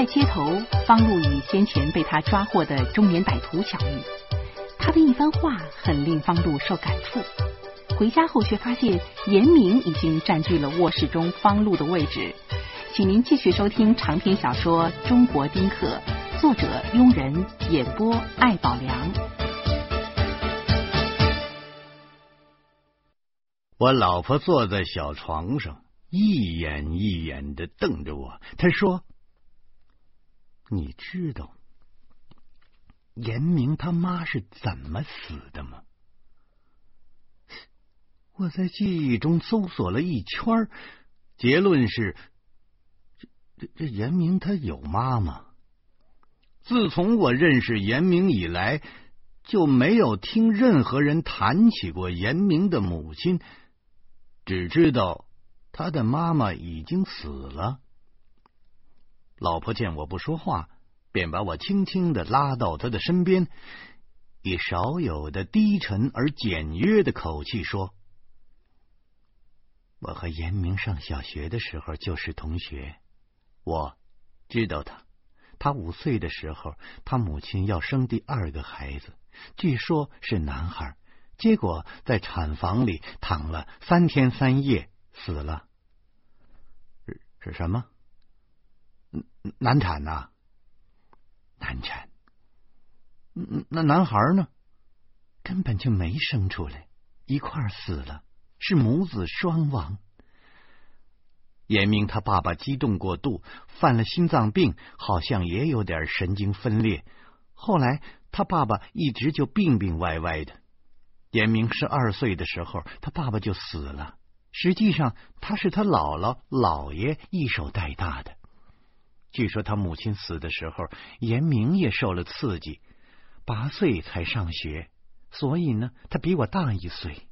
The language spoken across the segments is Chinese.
在街头，方路与先前被他抓获的中年歹徒巧遇，他的一番话很令方路受感触。回家后却发现严明已经占据了卧室中方路的位置。请您继续收听长篇小说《中国丁克》，作者庸人，演播艾宝良。 我老婆坐在小床上，一眼一眼的瞪着我。她说：“你知道严明他妈是怎么死的吗？”我在记忆中搜索了一圈，结论是这严明他有妈妈。自从我认识严明以来，就没有听任何人谈起过严明的母亲，只知道他的妈妈已经死了。老婆见我不说话，便把我轻轻的拉到他的身边，以少有的低沉而简约的口气说：“我和严明上小学的时候就是同学，我知道他5岁的时候，他母亲要生第2个孩子，据说是男孩，结果在产房里躺了3天3夜死了。”是什么？难产啊？难产。那男孩呢？根本就没生出来，一块死了，是母子双亡。严明他爸爸激动过度，犯了心脏病，好像也有点神经分裂。后来他爸爸一直就病病歪歪的。严明12岁的时候，他爸爸就死了。实际上他是他姥姥姥爷一手带大的。据说他母亲死的时候，严明也受了刺激，8岁才上学，所以呢，他比我大1岁。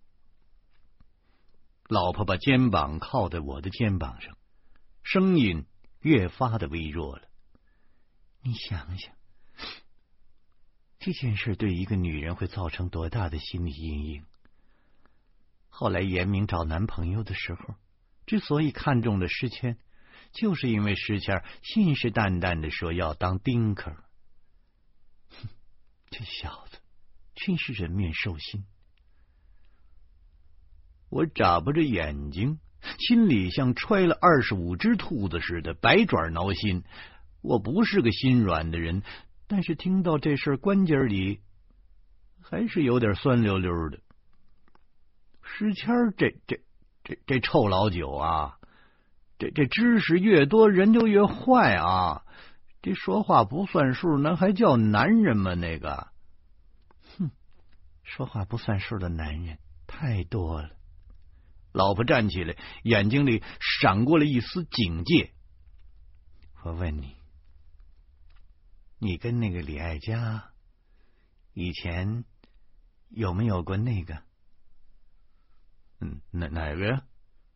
老婆把肩膀靠在我的肩膀上，声音越发的微弱了。你想想，这件事对一个女人会造成多大的心理阴影？后来严明找男朋友的时候，之所以看中了诗谦，就是因为诗谦信誓旦旦的说要当丁克。这小子真是人面兽心。我眨巴着眼睛，心里像揣了25只兔子似的，百爪挠心。我不是个心软的人，但是听到这事关节里还是有点酸溜溜的。诗谦这臭老九啊，这知识越多人就越坏啊！这说话不算数，那还叫男人吗？那个，说话不算数的男人太多了。老婆站起来，眼睛里闪过了一丝警戒。我问你，你跟那个李爱佳以前有没有过那个？哪个呀？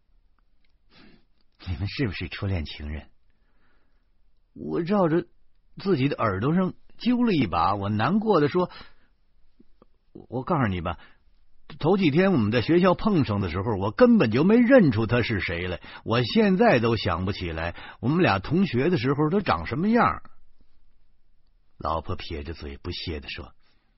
你们是不是初恋情人？我照着自己的耳朵上揪了一把，我难过的说：“我告诉你吧，头几天我们在学校碰上的时候，我根本就没认出他是谁来。我现在都想不起来我们俩同学的时候他长什么样。”老婆撇着嘴不屑的说：“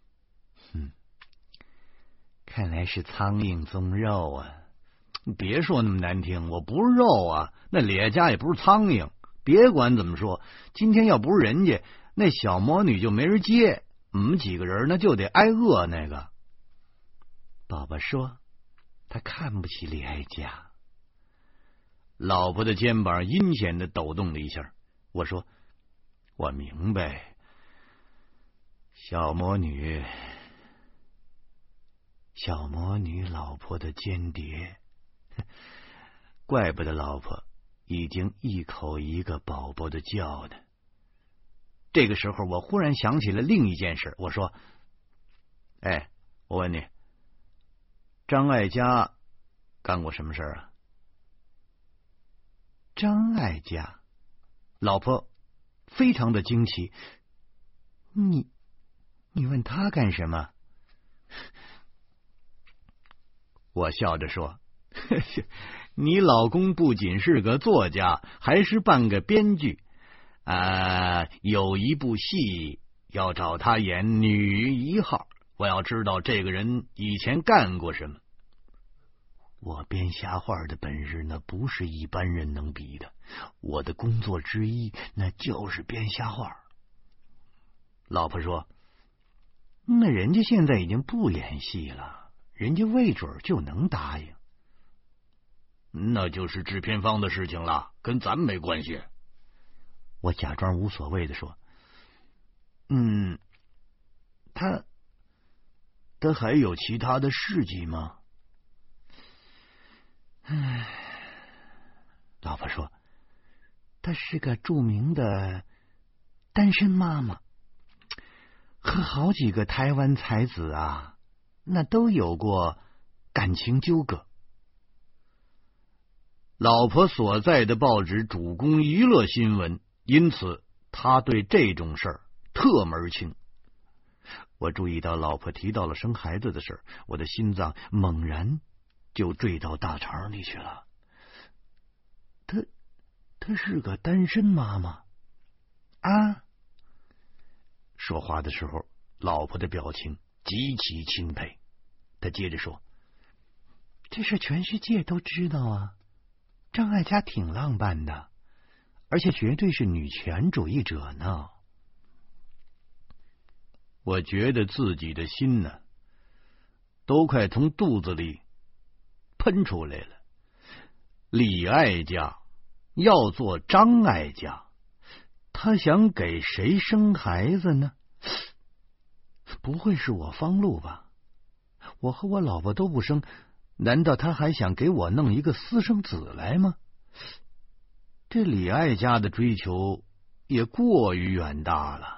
看来是苍蝇综肉啊！别说那么难听，我不是肉啊，那李爱佳也不是苍蝇。别管怎么说，今天要不是人家，那小魔女就没人接，我们几个人那就得挨饿。那个宝宝说他看不起李爱佳。”老婆的肩膀阴险的抖动了一下。我说：“我明白，小魔女老婆的间谍，怪不得老婆已经一口一个宝宝的叫呢。”这个时候我忽然想起了另一件事，我说：“哎，我问你，张爱佳干过什么事啊？”张爱佳，老婆非常的惊奇。你问他干什么？我笑着说：“你老公不仅是个作家，还是半个编剧。 有一部戏要找他演女一号，我要知道这个人以前干过什么。我编瞎话的本事那不是一般人能比的，我的工作之一那就是编瞎话。老婆说，那人家现在已经不演戏了，人家未准就能答应。那就是制片方的事情了，跟咱们没关系。我假装无所谓的说，他还有其他的事迹吗？老婆说，她是个著名的单身妈妈，和好几个台湾才子啊，那都有过感情纠葛。老婆所在的报纸主攻娱乐新闻，因此他对这种事儿特门清。我注意到老婆提到了生孩子的事儿，我的心脏猛然就坠到大肠里去了。她是个单身妈妈啊！说话的时候，老婆的表情极其钦佩。她接着说：“这是全世界都知道啊，张艾嘉挺浪漫的，而且绝对是女权主义者呢。”我觉得自己的心呢，都快从肚子里喷出来了。李爱嘉要做张艾嘉，他想给谁生孩子呢？不会是我方路吧？我和我老婆都不生，难道他还想给我弄一个私生子来吗？这李爱嘉的追求也过于远大了。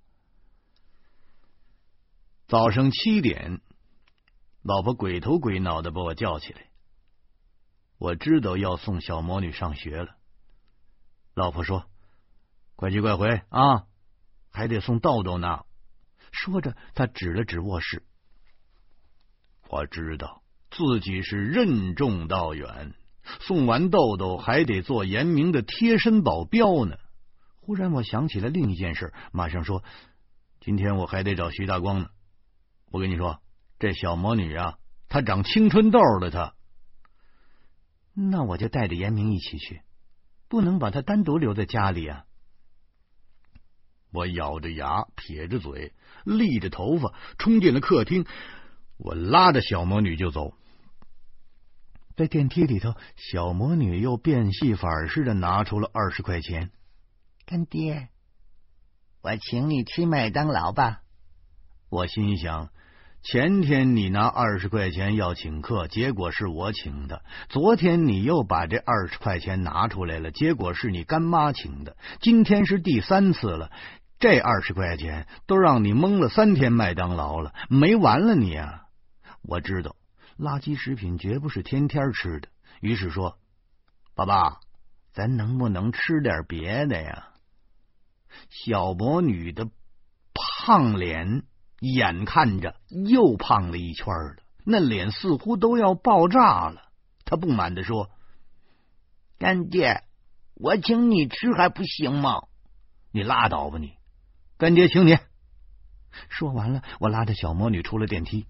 早上7点，老婆鬼头鬼脑的把我叫起来。我知道要送小魔女上学了。老婆说：“快去快回啊，还得送豆豆呢。”说着，他指了指卧室。我知道自己是任重道远，送完豆豆还得做严明的贴身保镖呢。忽然我想起了另一件事，马上说：“今天我还得找徐大光呢。我跟你说，这小魔女啊，她长青春痘了，她。”那我就带着严明一起去，不能把她单独留在家里啊。我咬着牙，撇着嘴，立着头发，冲进了客厅。我拉着小魔女就走。在电梯里头，小魔女又变戏法似的拿出了20块钱。干爹，我请你吃麦当劳吧。我心想，前天你拿20块钱要请客，结果是我请的；昨天你又把这20块钱拿出来了，结果是你干妈请的；今天是第3次了，这20块钱都让你蒙了3天麦当劳了，没完了你啊！我知道垃圾食品绝不是天天吃的，于是说：“爸爸，咱能不能吃点别的呀？”小魔女的胖脸眼看着又胖了一圈了，那脸似乎都要爆炸了。她不满地说：“干爹，我请你吃还不行吗？”你拉倒吧你！干爹请你。说完了，我拉着小魔女出了电梯。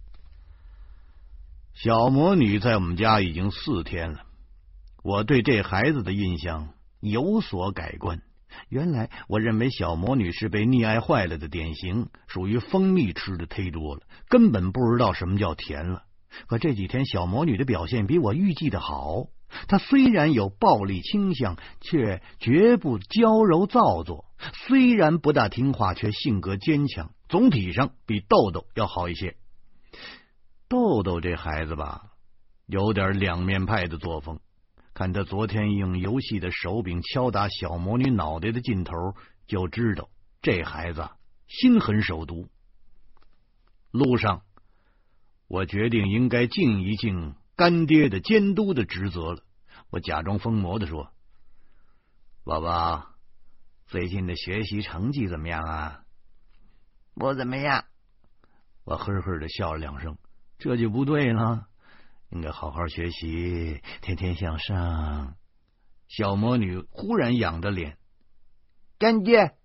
小魔女在我们家已经4天了，我对这孩子的印象有所改观。原来我认为小魔女是被溺爱坏了的典型，属于蜂蜜吃的忒多了，根本不知道什么叫甜了。可这几天小魔女的表现比我预计的好，她虽然有暴力倾向，却绝不娇柔造作；虽然不大听话，却性格坚强。总体上比豆豆要好一些。豆豆这孩子吧，有点两面派的作风。看他昨天用游戏的手柄敲打小魔女脑袋的劲头，就知道这孩子心狠手毒。路上，我决定应该尽一尽干爹的监督的职责了。我假装疯魔的说：“宝宝，最近的学习成绩怎么样啊？”“不怎么样。”我呵呵的笑了2声。这就不对了，应该好好学习，天天向上。小魔女忽然仰着脸：“ 干爹，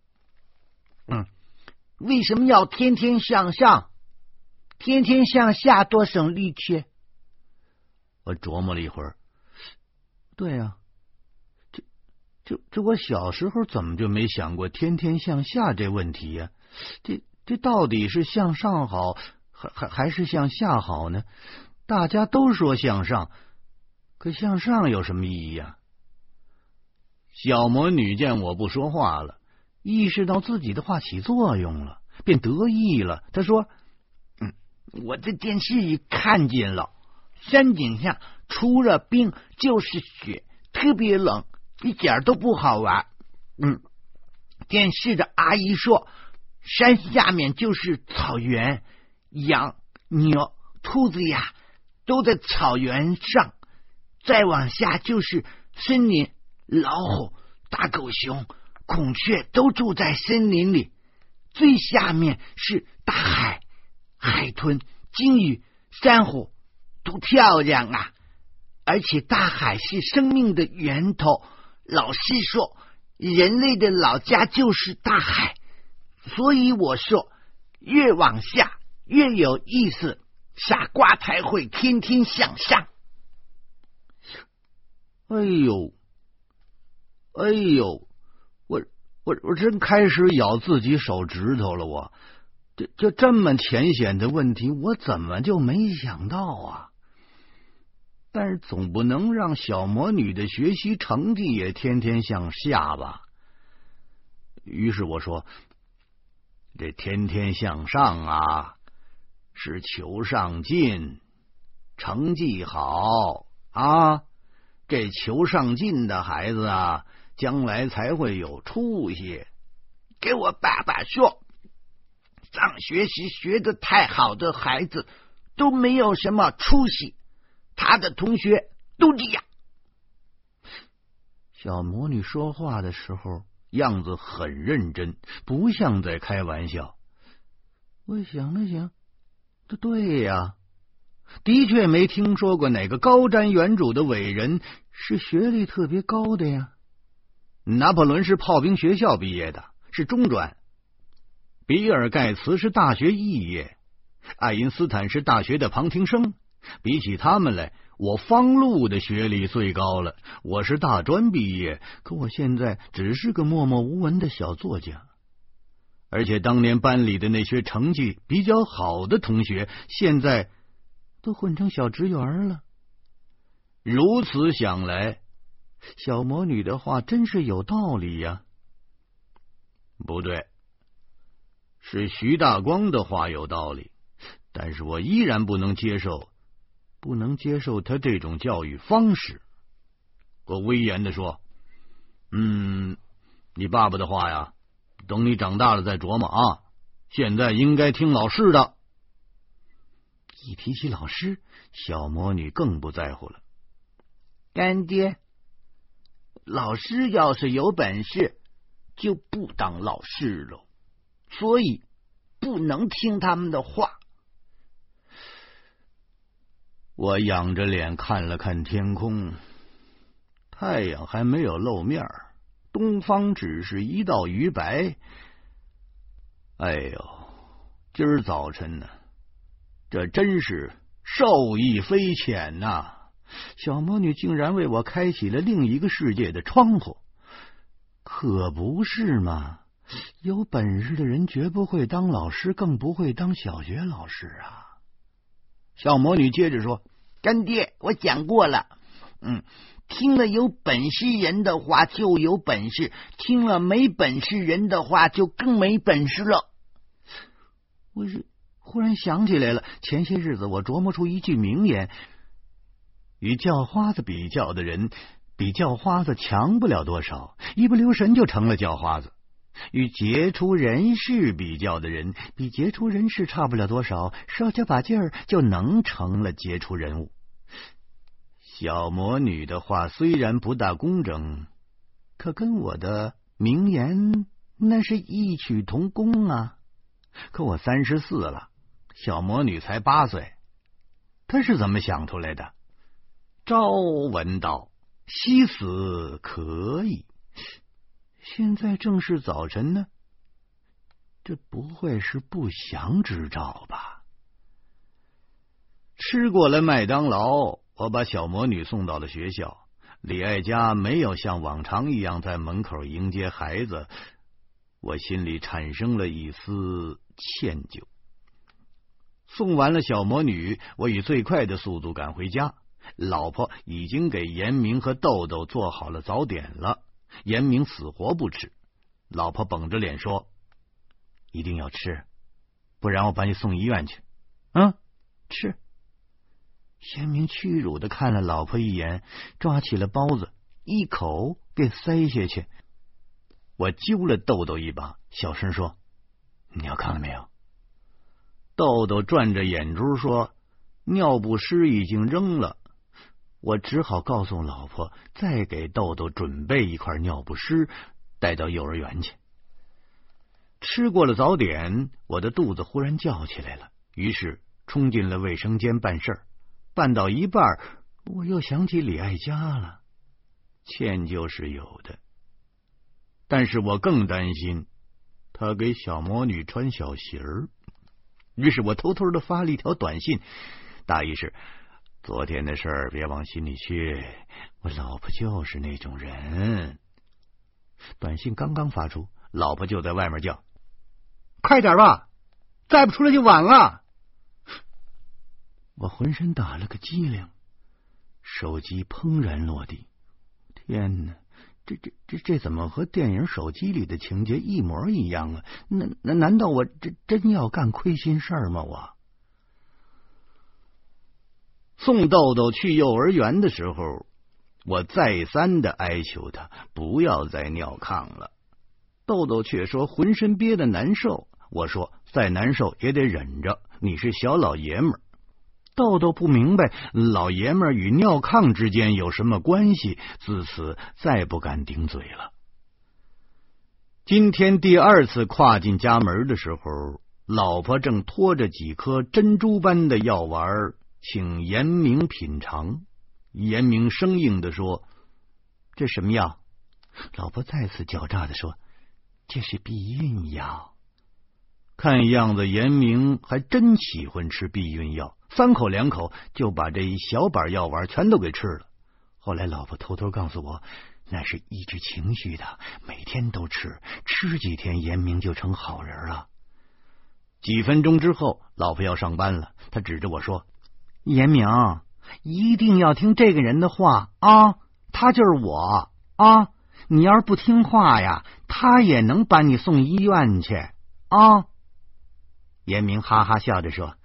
为什么要天天向上？天天向下多省力气。 我琢磨了一会儿，对呀，这我小时候怎么就没想过天天向下这问题呀？这到底是向上好，还是向下好呢？大家都说向上，可向上有什么意义呀？小魔女见我不说话了，意识到自己的话起作用了，便得意了。她说：“ 我在电视里看见了，山顶上除了冰就是雪，特别冷，一点都不好玩。电视的阿姨说，山下面就是草原，羊、牛、兔子呀都在草原上，再往下就是森林，老虎、大狗熊、孔雀都住在森林里，最下面是大海，海豚、鲸鱼、珊瑚都漂亮啊！而且大海是生命的源头，老师说人类的老家就是大海，所以我说越往下越有意思，傻瓜才会天天向上。 哎呦，我真开始咬自己手指头了。我这么浅显的问题，我怎么就没想到啊？但是总不能让小魔女的学习成绩也天天向下吧？于是我说，这天天向上啊，是求上进，成绩好啊。这求上进的孩子啊，将来才会有出息。 给我爸爸说，上学时学得太好的孩子都没有什么出息，他的同学都这样。 小魔女说话的时候样子很认真，不像在开玩笑。我想了想，对呀，的确没听说过哪个高瞻远瞩的伟人是学历特别高的呀。拿破仑是炮兵学校毕业的，是中专；比尔盖茨是大学肄业，爱因斯坦是大学的旁听生。比起他们来，我方路的学历最高了，我是大专毕业，可我现在只是个默默无闻的小作家。而且当年班里的那些成绩比较好的同学，现在都混成小职员了。如此想来，小魔女的话真是有道理呀。不对，是徐大光的话有道理，但是我依然不能接受他这种教育方式。我威严地说，你爸爸的话呀，等你长大了再琢磨啊，现在应该听老师的。一提起老师，小魔女更不在乎了。 干爹，老师要是有本事就不当老师了，所以不能听他们的话。 我仰着脸看了看天空，太阳还没有露面，东方只是一道余白。哎呦，今儿早晨呢，这真是受益匪浅呐！小魔女竟然为我开启了另一个世界的窗户，可不是嘛？有本事的人绝不会当老师，更不会当小学老师啊！小魔女接着说， 干爹，我讲过了，听了有本事人的话就有本事，听了没本事人的话就更没本事了。 我是忽然想起来了，前些日子我琢磨出一句名言，与叫花子比较的人比叫花子强不了多少，一不留神就成了叫花子；与杰出人士比较的人比杰出人士差不了多少，稍加把劲儿就能成了杰出人物。小魔女的话虽然不大工整，可跟我的名言那是异曲同工啊。可我34了，小魔女才8岁，她是怎么想出来的？朝闻道，夕死可以。 现在正是早晨呢，这不会是不祥之兆吧？吃过了麦当劳，我把小魔女送到了学校。李爱家没有像往常一样在门口迎接孩子，我心里产生了一丝歉疚。送完了小魔女，我以最快的速度赶回家。老婆已经给严明和豆豆做好了早点了，严明死活不吃。老婆绷着脸说：“一定要吃，不然我把你送医院去。”吃。严明屈辱的看了老婆一眼，抓起了包子，一口便塞下去。我揪了豆豆一把，小声说：“尿炕了没有？”豆豆转着眼珠说：“尿不湿已经扔了。”我只好告诉老婆，再给豆豆准备一块尿不湿，带到幼儿园去。吃过了早点，我的肚子忽然叫起来了，于是冲进了卫生间办事儿。办到一半，我又想起李爱家了，歉疚是有的，但是我更担心他给小魔女穿小鞋儿。于是我偷偷的发了一条短信，大意是：昨天的事儿别往心里去，我老婆就是那种人。短信刚刚发出，老婆就在外面叫：“快点吧，再不出来就晚了。”我浑身打了个激灵，手机砰然落地。天哪，这怎么和电影手机里的情节一模一样啊？难道我真要干亏心事儿吗？送豆豆去幼儿园的时候，我再三的哀求他不要再尿炕了。豆豆却说浑身憋得难受。我说再难受也得忍着，你是小老爷们儿。豆豆不明白老爷们儿与尿炕之间有什么关系，自此再不敢顶嘴了。今天第二次跨进家门的时候，老婆正拖着几颗珍珠般的药丸请严明品尝。严明生硬的说：“这什么药？”老婆再次狡诈的说：“这是避孕药。”看样子严明还真喜欢吃避孕药，3口2口就把这一小板药丸全都给吃了。后来老婆偷偷告诉我，那是抑制情绪的，每天都吃，吃几天严明就成好人了。几分钟之后，老婆要上班了，她指着我说：“严明，一定要听这个人的话啊，他就是我啊，你要是不听话呀，他也能把你送医院去啊。”严明哈哈笑着说：“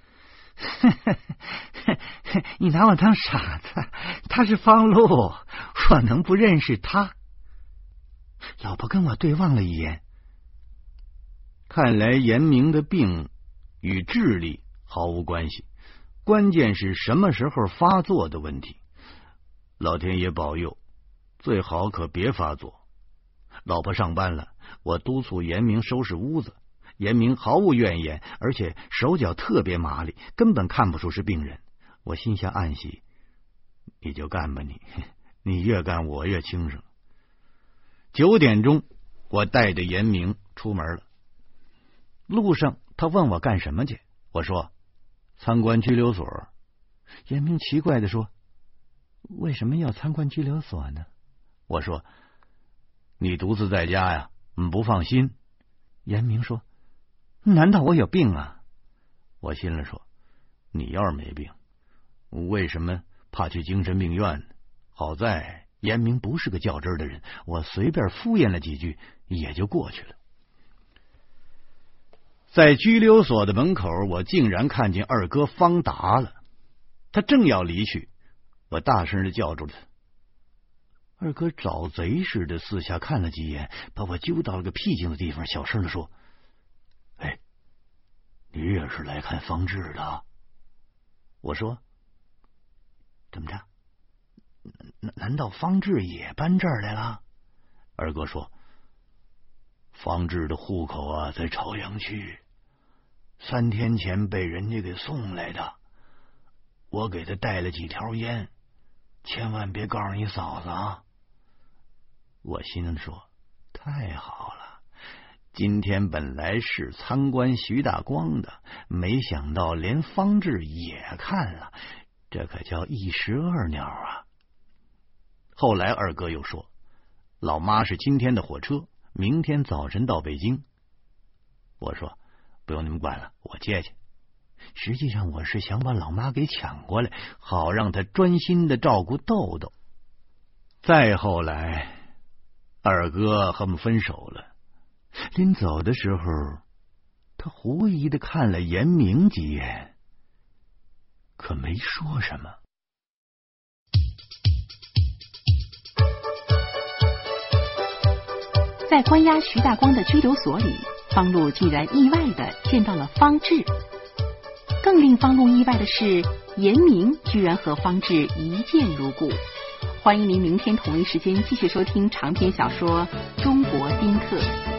你拿我当傻子？他是方路，我能不认识他？”老婆跟我对望了一眼，看来严明的病与智力毫无关系，关键是什么时候发作的问题。老天爷保佑，最好可别发作。老婆上班了，我督促严明收拾屋子。严明毫无怨言，而且手脚特别麻利，根本看不出是病人。我心下暗喜，你就干吧你越干我越轻省。9点钟，我带着严明出门了。路上他问我干什么去，我说参观拘留所。严明奇怪的说：“为什么要参观拘留所呢？”我说：“你独自在家呀，不放心。”严明说：“难道我有病啊？”我心里说：“你要是没病，为什么怕去精神病院呢？”好在严明不是个较真的人，我随便敷衍了几句，也就过去了。在拘留所的门口，我竟然看见二哥方达了。他正要离去，我大声的叫住了他。二哥找贼似的四下看了几眼，把我揪到了个僻静的地方，小声的说：“哎，你也是来看方志的？”我说：“怎么着？难道方志也搬这儿来了？”二哥说：“方志的户口啊，在朝阳区，3天前被人家给送来的。我给他带了几条烟，千万别告诉你嫂子啊。”我心里说：“ 太好了，今天本来是参观徐大光的，没想到连方志也看了，这可叫一石二鸟啊。后来二哥又说，老妈是今天的火车，明天早晨到北京。我说不用你们管了，我接去。实际上我是想把老妈给抢过来，好让她专心的照顾豆豆。再后来二哥和我们分手了，临走的时候他狐疑的看了严明几眼，可没说什么。 在关押徐大光的拘留所里，方路竟然意外的见到了方志。更令方路意外的是，严明居然和方志一见如故。欢迎您明天同一时间继续收听长篇小说《中国丁克》。